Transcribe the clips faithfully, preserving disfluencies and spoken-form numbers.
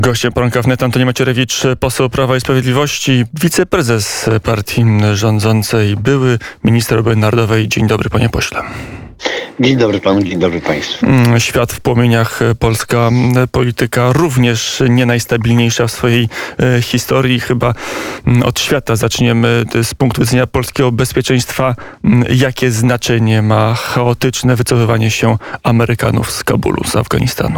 Gościem poranka wnet Antoni Macierewicz, poseł Prawa i Sprawiedliwości, wiceprezes partii rządzącej, były minister obrony narodowej. Dzień dobry, panie pośle. Dzień dobry panu, dzień dobry państwu. Świat w płomieniach, polska polityka również nie najstabilniejsza w swojej historii. Chyba od świata zaczniemy z punktu widzenia polskiego bezpieczeństwa. Jakie znaczenie ma chaotyczne wycofywanie się Amerykanów z Kabulu, z Afganistanu?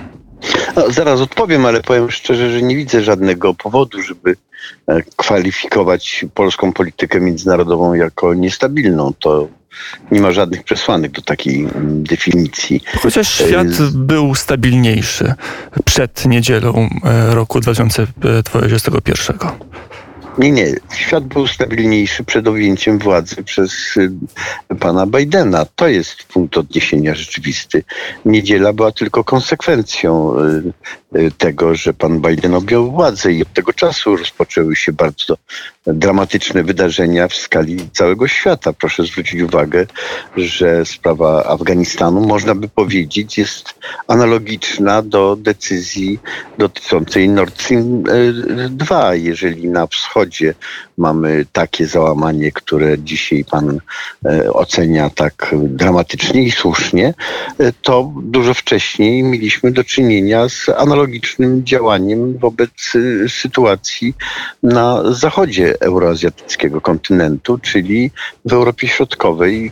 No, zaraz odpowiem, ale powiem szczerze, że nie widzę żadnego powodu, żeby kwalifikować polską politykę międzynarodową jako niestabilną. To nie ma żadnych przesłanek do takiej definicji. Chociaż świat był stabilniejszy przed niedzielą roku dwa tysiące dwudziestego pierwszego. Nie, nie. Świat był stabilniejszy przed objęciem władzy przez pana Bidena. To jest punkt odniesienia rzeczywisty. Niedziela była tylko konsekwencją tego, że pan Biden objął władzę i od tego czasu rozpoczęły się bardzo dramatyczne wydarzenia w skali całego świata. Proszę zwrócić uwagę, że sprawa Afganistanu, można by powiedzieć, jest analogiczna do decyzji dotyczącej Nord Stream dwa. Jeżeli na wschodzie mamy takie załamanie, które dzisiaj pan ocenia tak dramatycznie i słusznie, to dużo wcześniej mieliśmy do czynienia z analogicznym działaniem wobec sytuacji na zachodzie euroazjatyckiego kontynentu, czyli w Europie Środkowej,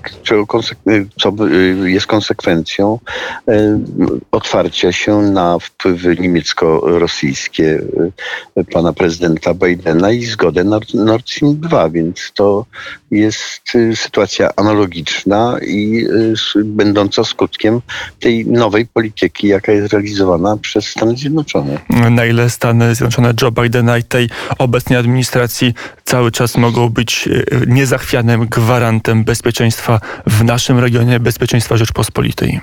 co jest konsekwencją otwarcia się na wpływy niemiecko-rosyjskie pana prezydenta Bidena i zgodę na Nord Stream dwa, więc to jest sytuacja analogiczna i będąca skutkiem tej nowej polityki, jaka jest realizowana przez Stany Zjednoczone. Na ile Stany Zjednoczone Joe Bidena i tej obecnej administracji cały czas mogą być niezachwianym gwarantem bezpieczeństwa w naszym regionie, bezpieczeństwa Rzeczpospolitej?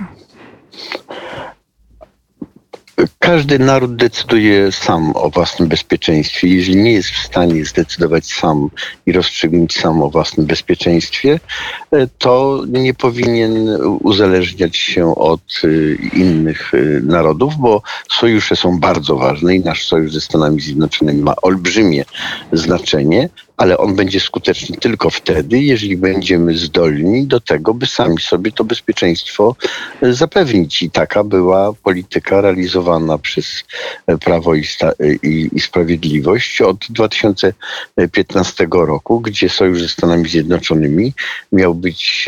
Każdy naród decyduje sam o własnym bezpieczeństwie. Jeżeli nie jest w stanie zdecydować sam i rozstrzygnąć sam o własnym bezpieczeństwie, to nie powinien uzależniać się od innych narodów, bo sojusze są bardzo ważne i nasz sojusz ze Stanami Zjednoczonymi ma olbrzymie znaczenie, ale on będzie skuteczny tylko wtedy, jeżeli będziemy zdolni do tego, by sami sobie to bezpieczeństwo zapewnić. I taka była polityka realizowana przez Prawo i, Sta- i, i Sprawiedliwość od dwa tysiące piętnastego roku, gdzie sojusz ze Stanami Zjednoczonymi miał być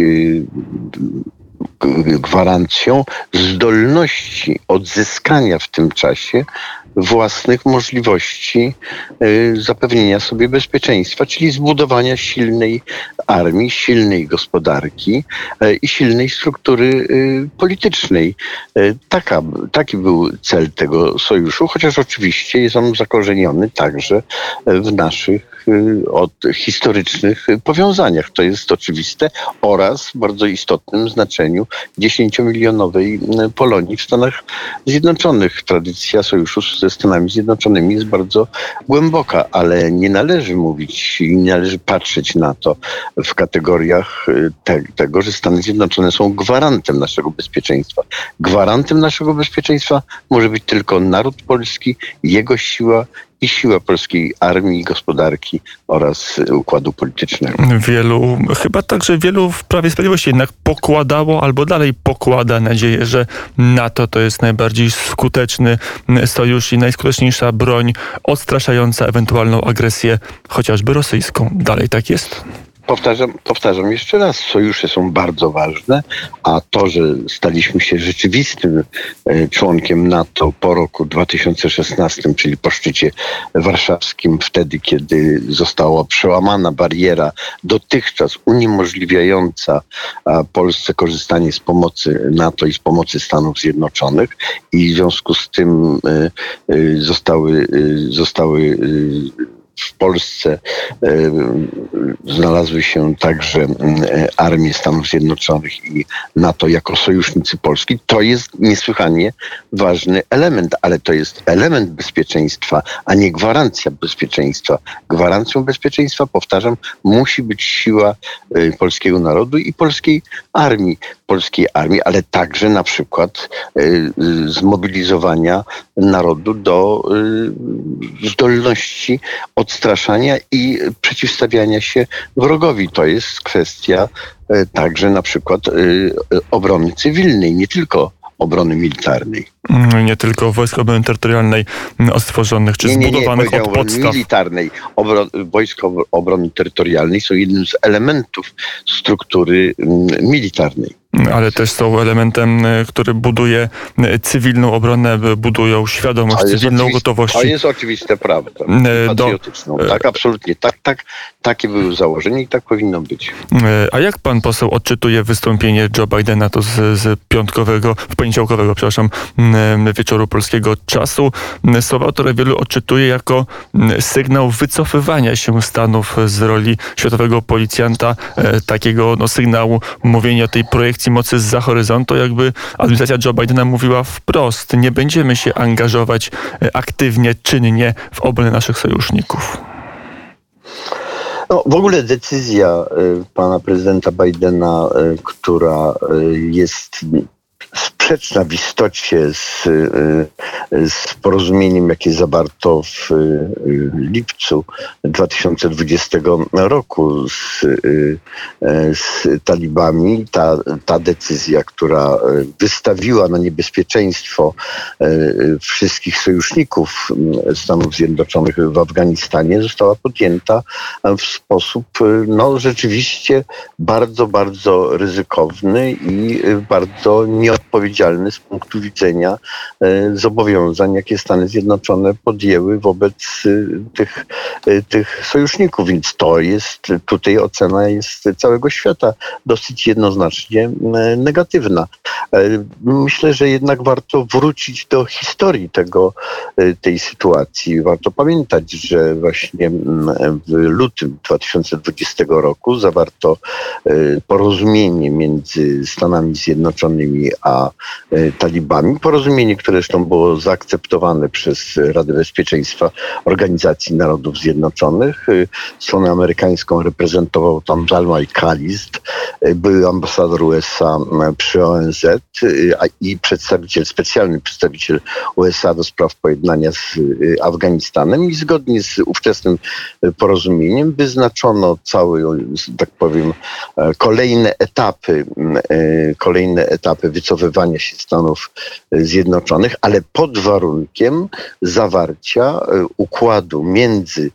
gwarancją zdolności odzyskania w tym czasie własnych możliwości y, zapewnienia sobie bezpieczeństwa, czyli zbudowania silnej armii, silnej gospodarki y, i silnej struktury y, politycznej. Y, taka, taki był cel tego sojuszu, chociaż oczywiście jest on zakorzeniony także w naszych y, od historycznych powiązaniach. To jest oczywiste oraz w bardzo istotnym znaczeniu dziesięciomilionowej Polonii w Stanach Zjednoczonych. Tradycja sojuszu ze Stanami Zjednoczonymi jest bardzo głęboka, ale nie należy mówić i nie należy patrzeć na to w kategoriach te, tego, że Stany Zjednoczone są gwarantem naszego bezpieczeństwa. Gwarantem naszego bezpieczeństwa może być tylko naród polski, jego siła i siła polskiej armii, gospodarki oraz układu politycznego. Wielu, chyba także wielu w Prawie i Sprawiedliwości jednak pokładało albo dalej pokłada nadzieję, że NATO to jest najbardziej skuteczny sojusz i najskuteczniejsza broń odstraszająca ewentualną agresję chociażby rosyjską. Dalej tak jest? Powtarzam, powtarzam jeszcze raz, sojusze są bardzo ważne, a to, że staliśmy się rzeczywistym członkiem NATO po roku dwa tysiące szesnastym, czyli po szczycie warszawskim, wtedy, kiedy została przełamana bariera dotychczas uniemożliwiająca Polsce korzystanie z pomocy NATO i z pomocy Stanów Zjednoczonych i w związku z tym zostały, zostały w Polsce e, znalazły się także e, armie Stanów Zjednoczonych i NATO jako sojusznicy Polski. To jest niesłychanie ważny element, ale to jest element bezpieczeństwa, a nie gwarancja bezpieczeństwa. Gwarancją bezpieczeństwa, powtarzam, musi być siła e, polskiego narodu i polskiej armii. polskiej armii, ale także na przykład zmobilizowania narodu do zdolności odstraszania i przeciwstawiania się wrogowi. To jest kwestia także na przykład obrony cywilnej, nie tylko obrony militarnej. Nie tylko Wojsk Obrony Terytorialnej stworzonych czy nie, nie, zbudowanych nie, od podstaw. Militarnej. Obro, Wojska Obrony Terytorialnej są jednym z elementów struktury militarnej. Ale też są elementem, który buduje cywilną obronę, budują świadomość cywilną gotowości. To jest oczywiste, prawda. Patriotyczną. Do... Tak, absolutnie. Tak, tak, takie były założenia i tak powinno być. A jak pan poseł odczytuje wystąpienie Joe Bidena to z, z piątkowego, w poniedziałkowego, przepraszam, wieczoru polskiego czasu? Słowa, które wielu odczytuje jako sygnał wycofywania się Stanów z roli światowego policjanta, takiego no, sygnału mówienia o tej projekcji mocy zza horyzontu, jakby administracja Joe Bidena mówiła wprost, nie będziemy się angażować aktywnie, czynnie w obronę naszych sojuszników. No, w ogóle decyzja y, pana prezydenta Bidena, y, która y, jest sprzeczna w istocie z, z porozumieniem, jakie zawarto w lipcu dwa tysiące dwudziestego roku z, z talibami. Ta, ta decyzja, która wystawiła na niebezpieczeństwo wszystkich sojuszników Stanów Zjednoczonych w Afganistanie, została podjęta w sposób no, rzeczywiście bardzo, bardzo ryzykowny i bardzo nieodpowiedzialny z punktu widzenia zobowiązań, jakie Stany Zjednoczone podjęły wobec tych, tych sojuszników. Więc to jest, tutaj ocena jest całego świata dosyć jednoznacznie negatywna. Myślę, że jednak warto wrócić do historii tego, tej sytuacji. Warto pamiętać, że właśnie w lutym dwa tysiące dwudziestego roku zawarto porozumienie między Stanami Zjednoczonymi a talibami. Porozumienie, które zresztą było zaakceptowane przez Radę Bezpieczeństwa Organizacji Narodów Zjednoczonych. Stronę amerykańską reprezentował tam Zalmay Khalilzad, były ambasador U S A przy O N Z i przedstawiciel, specjalny przedstawiciel U S A do spraw pojednania z Afganistanem i zgodnie z ówczesnym porozumieniem wyznaczono całe, tak powiem, kolejne etapy, kolejne etapy wycofywania się Stanów Zjednoczonych, ale pod warunkiem zawarcia układu między,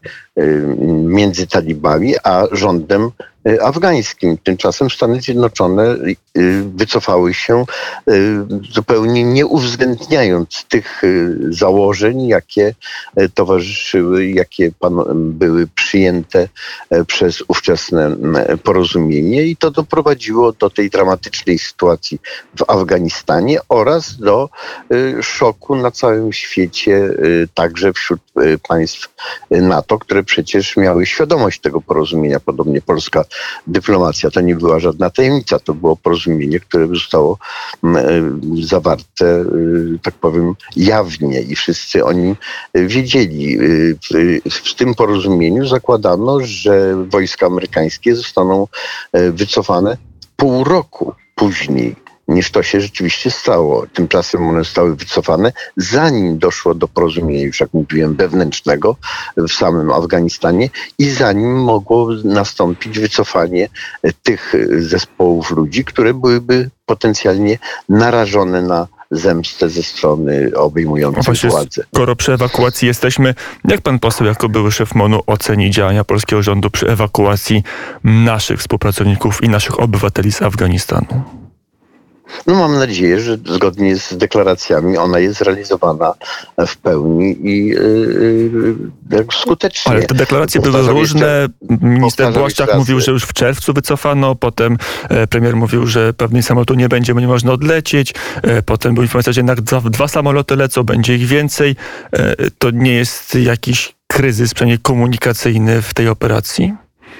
między talibami a rządem afgańskim. Tymczasem Stany Zjednoczone wycofały się zupełnie nie uwzględniając tych założeń, jakie towarzyszyły, jakie były przyjęte przez ówczesne porozumienie i to doprowadziło do tej dramatycznej sytuacji w Afganistanie oraz do szoku na całym świecie, także wśród państw NATO, które przecież miały świadomość tego porozumienia. Podobnie polska dyplomacja. To nie była żadna tajemnica. To było porozumienie, które zostało zawarte, tak powiem, jawnie i wszyscy o nim wiedzieli. W tym porozumieniu zakładano, że wojska amerykańskie zostaną wycofane pół roku później, niż to się rzeczywiście stało. Tymczasem one zostały wycofane, zanim doszło do porozumienia, już jak mówiłem, wewnętrznego w samym Afganistanie i zanim mogło nastąpić wycofanie tych zespołów ludzi, które byłyby potencjalnie narażone na zemstę ze strony obejmującej Właśnie, władzę. Skoro przy ewakuacji jesteśmy, jak pan poseł jako były szef M O N-u oceni działania polskiego rządu przy ewakuacji naszych współpracowników i naszych obywateli z Afganistanu? No mam nadzieję, że zgodnie z deklaracjami ona jest realizowana w pełni i yy, yy, skutecznie. Ale te deklaracje były różne. Minister Błaszczak mówił, że już w czerwcu wycofano, potem e, premier mówił, że pewnie samolotu nie będzie, bo nie można odlecieć. E, potem była informacja, że jednak dwa, dwa samoloty lecą, będzie ich więcej. E, to nie jest jakiś kryzys, przynajmniej komunikacyjny w tej operacji?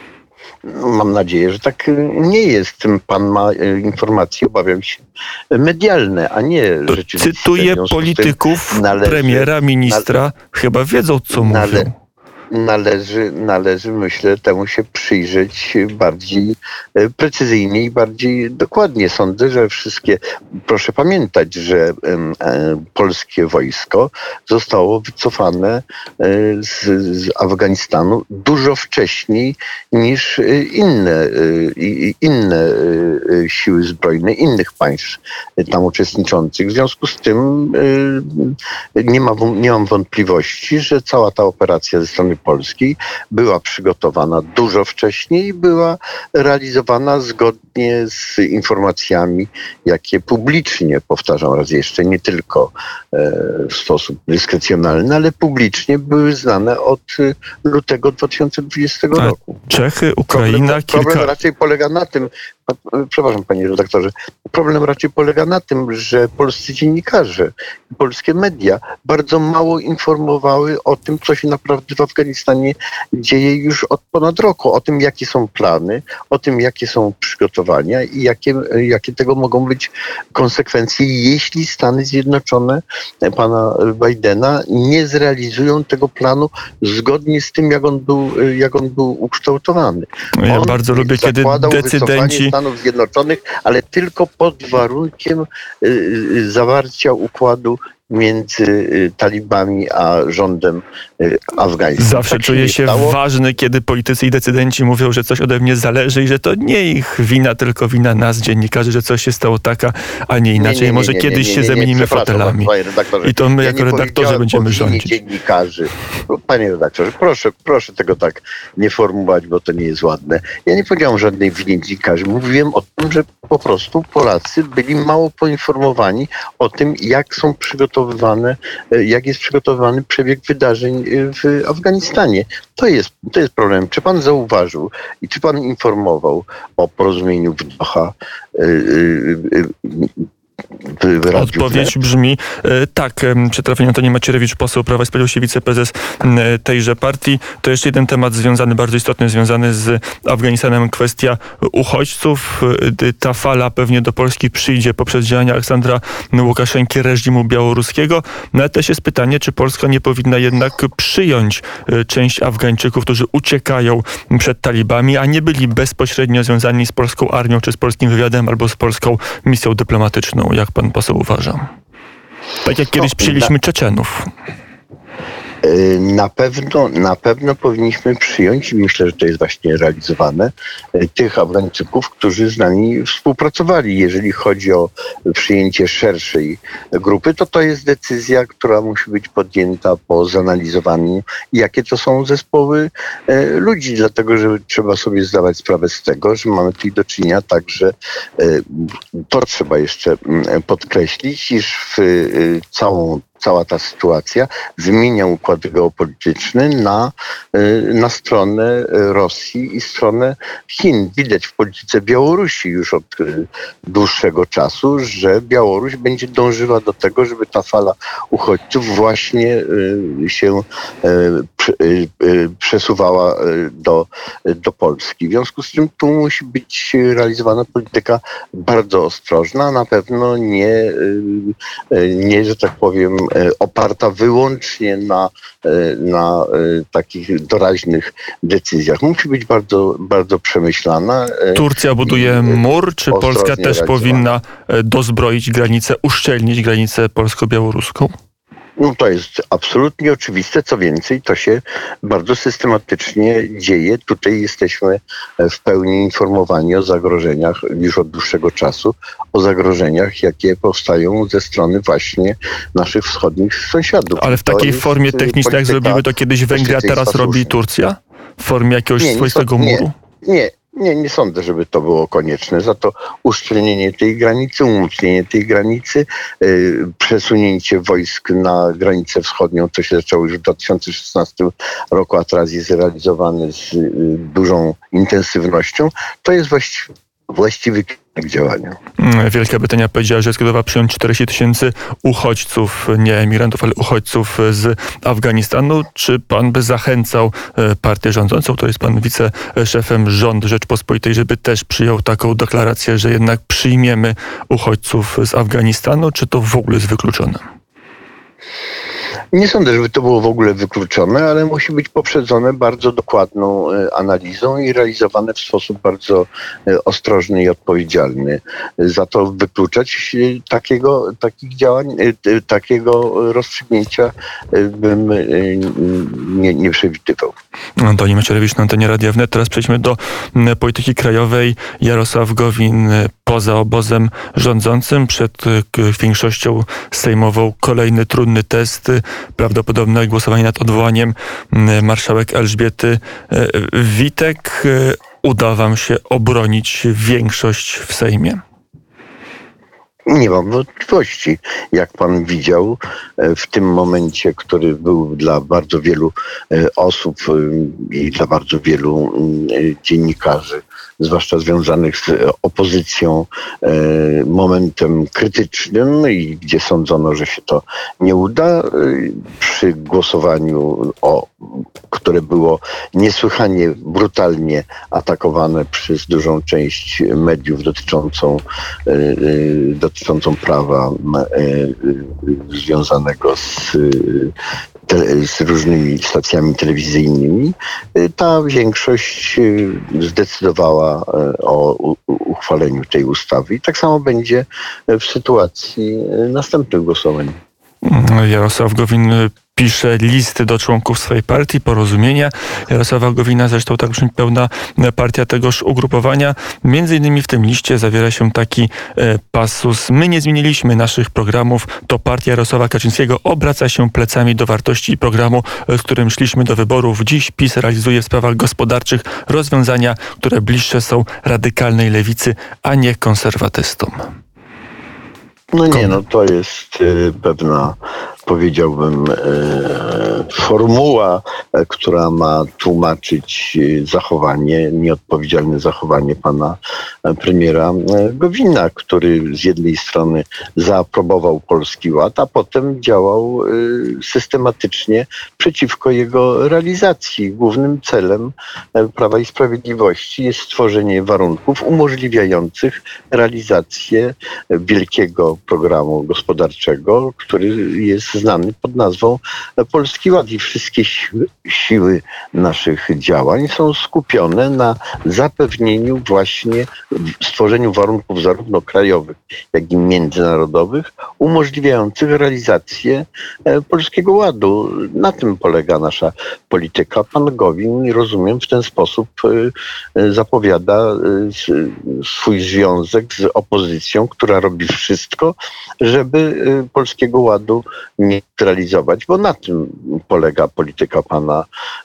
Mam nadzieję, że tak nie jest. Pan ma informacje, obawiam się, medialne, a nie to rzeczywiste. Cytuję polityków, należy, premiera, ministra, nale, chyba wiedzą, co nale, mówią. należy, należy, myślę, temu się przyjrzeć bardziej precyzyjnie i bardziej dokładnie. Sądzę, że wszystkie, proszę pamiętać, że polskie wojsko zostało wycofane z, z Afganistanu dużo wcześniej niż inne, inne siły zbrojne innych państw tam uczestniczących. W związku z tym nie, ma, nie mam wątpliwości, że cała ta operacja ze strony polskiej była przygotowana dużo wcześniej i była realizowana zgodnie z informacjami, jakie publicznie, powtarzam raz jeszcze, nie tylko w sposób dyskrecjonalny, ale publicznie były znane od lutego dwa tysiące dwudziestego roku. Czechy, Ukraina, problem, kilka... problem raczej polega na tym, przepraszam panie redaktorze, problem raczej polega na tym, że polscy dziennikarze, polskie media bardzo mało informowały o tym, co się naprawdę w Afganistanie dzieje już od ponad roku, o tym, jakie są plany, o tym, jakie są przygotowania i jakie, jakie tego mogą być konsekwencje, jeśli Stany Zjednoczone pana Bidena nie zrealizują tego planu zgodnie z tym, jak on był, jak on był ukształtowany. Ja on bardzo lubię, kiedy decydenci Stanów Zjednoczonych, ale tylko pod warunkiem y, zawarcia układu między talibami a rządem afgańskim. Zawsze tak czuję się stało. ważny, kiedy politycy i decydenci mówią, że coś ode mnie zależy i że to nie ich wina, tylko wina nas, dziennikarzy, że coś się stało taka, a nie inaczej. Nie, nie, nie, Może nie, nie, kiedyś nie, nie, nie, się zamienimy fotelami. I to my ja jako redaktorzy będziemy rządzić. Dziennikarzy. Panie redaktorze, proszę, proszę tego tak nie formułować, bo to nie jest ładne. Ja nie powiedziałem żadnej winie dziennikarzy. Mówiłem o tym, że po prostu Polacy byli mało poinformowani o tym, jak są przygotowywane, jak jest przygotowywany przebieg wydarzeń w Afganistanie. To jest, to jest problem. Czy pan zauważył i czy pan informował o porozumieniu w Doha? Odpowiedź brzmi tak. Przy trafieniu Antoni Macierewicz, poseł Prawa i Sprawiedliwości, wiceprezes tejże partii. To jeszcze jeden temat związany, bardzo istotny, związany z Afganistanem, kwestia uchodźców. Ta fala pewnie do Polski przyjdzie poprzez działania Aleksandra Łukaszenki, reżimu białoruskiego. No ale też jest pytanie, czy Polska nie powinna jednak przyjąć część Afgańczyków, którzy uciekają przed talibami, a nie byli bezpośrednio związani z polską armią, czy z polskim wywiadem, albo z polską misją dyplomatyczną. Jak pan poseł uważa? Tak jak kiedyś przyjęliśmy Czeczenów. Na pewno, na pewno powinniśmy przyjąć, i myślę, że to jest właśnie realizowane, tych Afgańczyków, którzy z nami współpracowali. Jeżeli chodzi o przyjęcie szerszej grupy, to to jest decyzja, która musi być podjęta po zanalizowaniu, jakie to są zespoły ludzi, dlatego że trzeba sobie zdawać sprawę z tego, że mamy tutaj do czynienia także, to trzeba jeszcze podkreślić, iż w całą Cała ta sytuacja zmienia układ geopolityczny na, na stronę Rosji i stronę Chin. Widać w polityce Białorusi już od dłuższego czasu, że Białoruś będzie dążyła do tego, żeby ta fala uchodźców właśnie się przesuwała do, do Polski. W związku z tym tu musi być realizowana polityka bardzo ostrożna, na pewno nie, nie że tak powiem, oparta wyłącznie na, na takich doraźnych decyzjach. Musi być bardzo, bardzo przemyślana. Turcja buduje mur, czy Polska też powinna dozbroić granicę, uszczelnić granicę polsko-białoruską? No to jest absolutnie oczywiste. Co więcej, to się bardzo systematycznie dzieje. Tutaj jesteśmy w pełni informowani o zagrożeniach już od dłuższego czasu, o zagrożeniach, jakie powstają ze strony właśnie naszych wschodnich sąsiadów. Ale w takiej formie technicznej, jak zrobiły to kiedyś Węgry, a teraz robi Turcja? W formie jakiegoś nie, swoistego nie, muru? Nie, nie, nie sądzę, żeby to było konieczne. Za to uszczelnienie tej granicy, umocnienie tej granicy, yy, przesunięcie wojsk na granicę wschodnią, to się zaczęło już w dwa tysiące szesnastym roku, a teraz jest realizowane z yy, dużą intensywnością. To jest właściwie właściwy kierunek działania. Wielka Brytania powiedziała, że jest gotowa przyjąć czterdzieści tysięcy uchodźców, nie emigrantów, ale uchodźców z Afganistanu. Czy pan by zachęcał partię rządzącą, to jest pan wiceszefem rządu Rzeczpospolitej, żeby też przyjął taką deklarację, że jednak przyjmiemy uchodźców z Afganistanu, czy to w ogóle jest wykluczone? Nie sądzę, żeby to było w ogóle wykluczone, ale musi być poprzedzone bardzo dokładną analizą i realizowane w sposób bardzo ostrożny i odpowiedzialny. Za to wykluczać takiego, takich działań, takiego rozstrzygnięcia bym nie, nie przewidywał. Antoni Macierewicz na antenie Radia Wnet. Teraz przejdźmy do polityki krajowej. Jarosław Gowin poza obozem rządzącym, przed większością sejmową kolejny trudny test, prawdopodobne głosowanie nad odwołaniem marszałek Elżbiety Witek. Uda wam się obronić większość w Sejmie? Nie mam wątpliwości. Jak pan widział, w tym momencie, który był dla bardzo wielu osób i dla bardzo wielu dziennikarzy, zwłaszcza związanych z opozycją, momentem krytycznym i gdzie sądzono, że się to nie uda, przy głosowaniu, o, które było niesłychanie brutalnie atakowane przez dużą część mediów dotyczącą, dotyczącą prawa związanego z z różnymi stacjami telewizyjnymi, ta większość zdecydowała o uchwaleniu tej ustawy. I tak samo będzie w sytuacji następnych głosowań. Jarosław Gowin pisze listy do członków swojej partii, Porozumienia. Jarosława Gowina zresztą tak brzmi pełna partia tegoż ugrupowania. Między innymi w tym liście zawiera się taki e, pasus. My nie zmieniliśmy naszych programów. To partia Jarosława Kaczyńskiego obraca się plecami do wartości i programu, z którym szliśmy do wyborów. Dziś PiS realizuje w sprawach gospodarczych rozwiązania, które bliższe są radykalnej lewicy, a nie konserwatystom. No nie, no to jest y, pewna, powiedziałbym, y, formuła, y, która ma tłumaczyć y, zachowanie, nieodpowiedzialne zachowanie pana y, premiera y, Gowina, który z jednej strony zaaprobował Polski Ład, a potem działał y, systematycznie przeciwko jego realizacji. Głównym celem y, Prawa i Sprawiedliwości jest stworzenie warunków umożliwiających realizację y, wielkiego programu gospodarczego, który jest znany pod nazwą Polski Ład, i wszystkie siły, siły naszych działań są skupione na zapewnieniu właśnie, stworzeniu warunków zarówno krajowych, jak i międzynarodowych, umożliwiających realizację Polskiego Ładu. Na tym polega nasza polityka. Pan Gowin, rozumiem, w ten sposób zapowiada swój związek z opozycją, która robi wszystko, żeby Polskiego Ładu nie realizować, bo na tym polega polityka pana,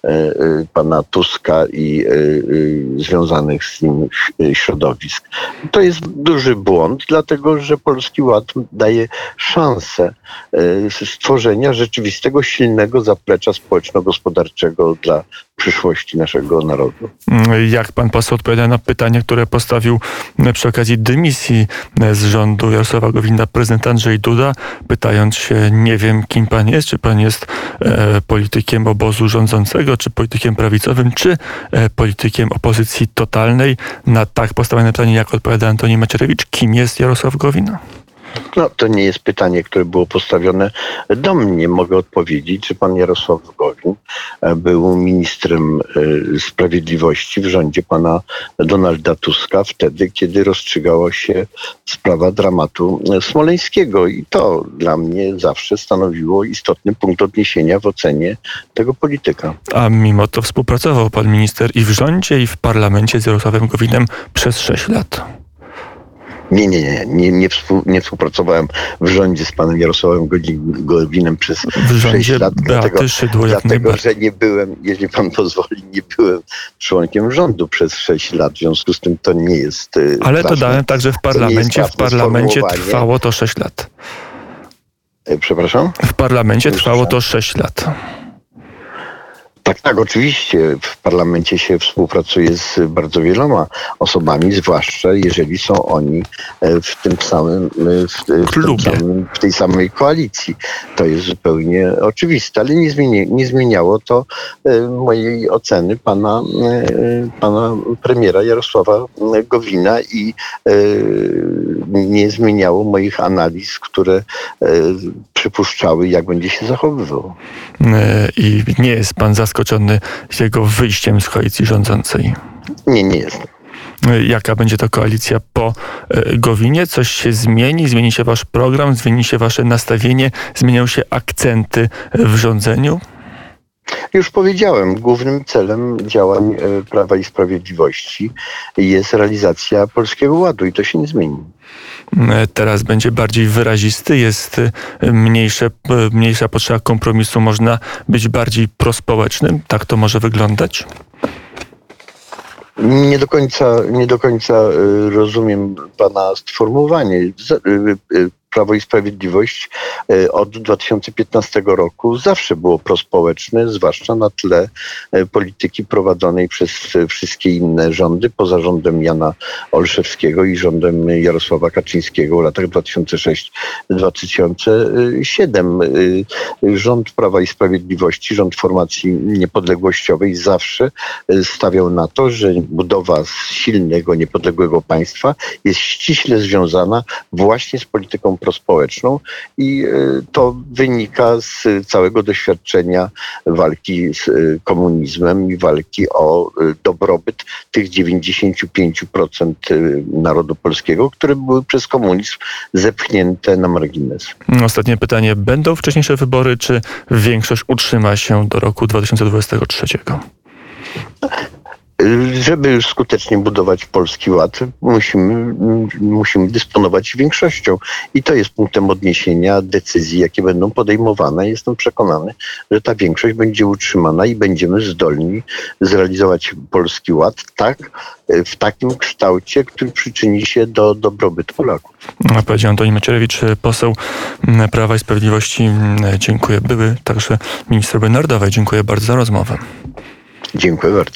pana Tuska i związanych z nim środowisk. To jest duży błąd, dlatego że Polski Ład daje szansę stworzenia rzeczywistego, silnego zaplecza społeczno-gospodarczego dla przyszłości naszego narodu. Jak pan poseł odpowiada na pytanie, które postawił przy okazji dymisji z rządu Jarosława Gowina prezydent Andrzej Duda, pytając się, nie wiem, kim pan jest, czy pan jest e, politykiem obozu rządzącego, czy politykiem prawicowym, czy e, politykiem opozycji totalnej. Na tak postawione pytanie, jak odpowiada Antoni Macierewicz, kim jest Jarosław Gowin? No, to nie jest pytanie, które było postawione do mnie. Mogę odpowiedzieć, że pan Jarosław Gowin był ministrem sprawiedliwości w rządzie pana Donalda Tuska wtedy, kiedy rozstrzygała się sprawa dramatu smoleńskiego, i to dla mnie zawsze stanowiło istotny punkt odniesienia w ocenie tego polityka. A mimo to współpracował pan minister i w rządzie, i w parlamencie z Jarosławem Gowinem przez sześć lat. Nie, nie, nie, nie, nie, współ, nie współpracowałem w rządzie z panem Jarosławem Gowinem przez sześć lat, dlatego, Szydło, dlatego że nie byłem, jeśli pan pozwoli, nie byłem członkiem rządu przez sześć lat, w związku z tym to nie jest... Ale to dodałem także w parlamencie, w parlamencie trwało to sześć lat. Przepraszam? W parlamencie trwało to sześć lat. Tak, tak, oczywiście w parlamencie się współpracuje z bardzo wieloma osobami, zwłaszcza jeżeli są oni w tym samym, w, w, tym samym, w tej samej koalicji. To jest zupełnie oczywiste, ale nie, zmieni, nie zmieniało to mojej oceny pana, pana premiera Jarosława Gowina i nie zmieniało moich analiz, które przypuszczały, jak będzie się zachowywał. I nie jest pan zaskoczony jego wyjściem z koalicji rządzącej? Nie, nie jestem. Jaka będzie to koalicja po Gowinie? Coś się zmieni? Zmieni się wasz program? Zmieni się wasze nastawienie? Zmienią się akcenty w rządzeniu? Już powiedziałem, głównym celem działań Prawa i Sprawiedliwości jest realizacja Polskiego Ładu i to się nie zmieni. Teraz będzie bardziej wyrazisty, jest mniejsze, mniejsza potrzeba kompromisu, można być bardziej prospołecznym. Tak to może wyglądać? Nie do końca, nie do końca rozumiem pana sformułowanie. Prawo i Sprawiedliwość od dwa tysiące piętnastego roku zawsze było prospołeczne, zwłaszcza na tle polityki prowadzonej przez wszystkie inne rządy, poza rządem Jana Olszewskiego i rządem Jarosława Kaczyńskiego w latach dwa tysiące szóstym do dwa tysiące siódmego. Rząd Prawa i Sprawiedliwości, rząd formacji niepodległościowej zawsze stawiał na to, że budowa silnego, niepodległego państwa jest ściśle związana właśnie z polityką prospołeczną i to wynika z całego doświadczenia walki z komunizmem i walki o dobrobyt tych dziewięćdziesiąt pięć procent narodu polskiego, które były przez komunizm zepchnięte na margines. Ostatnie pytanie. Będą wcześniejsze wybory, czy większość utrzyma się do roku dwa tysiące dwudziestego trzeciego? Żeby już skutecznie budować Polski Ład, musimy, musimy dysponować większością. I to jest punktem odniesienia decyzji, jakie będą podejmowane. Jestem przekonany, że ta większość będzie utrzymana i będziemy zdolni zrealizować Polski Ład tak, w takim kształcie, który przyczyni się do dobrobytu Polaków. Powiedział Antoni Macierewicz, poseł Prawa i Sprawiedliwości. Dziękuję. Były także minister obrony narodowej. Dziękuję bardzo za rozmowę. Dziękuję bardzo.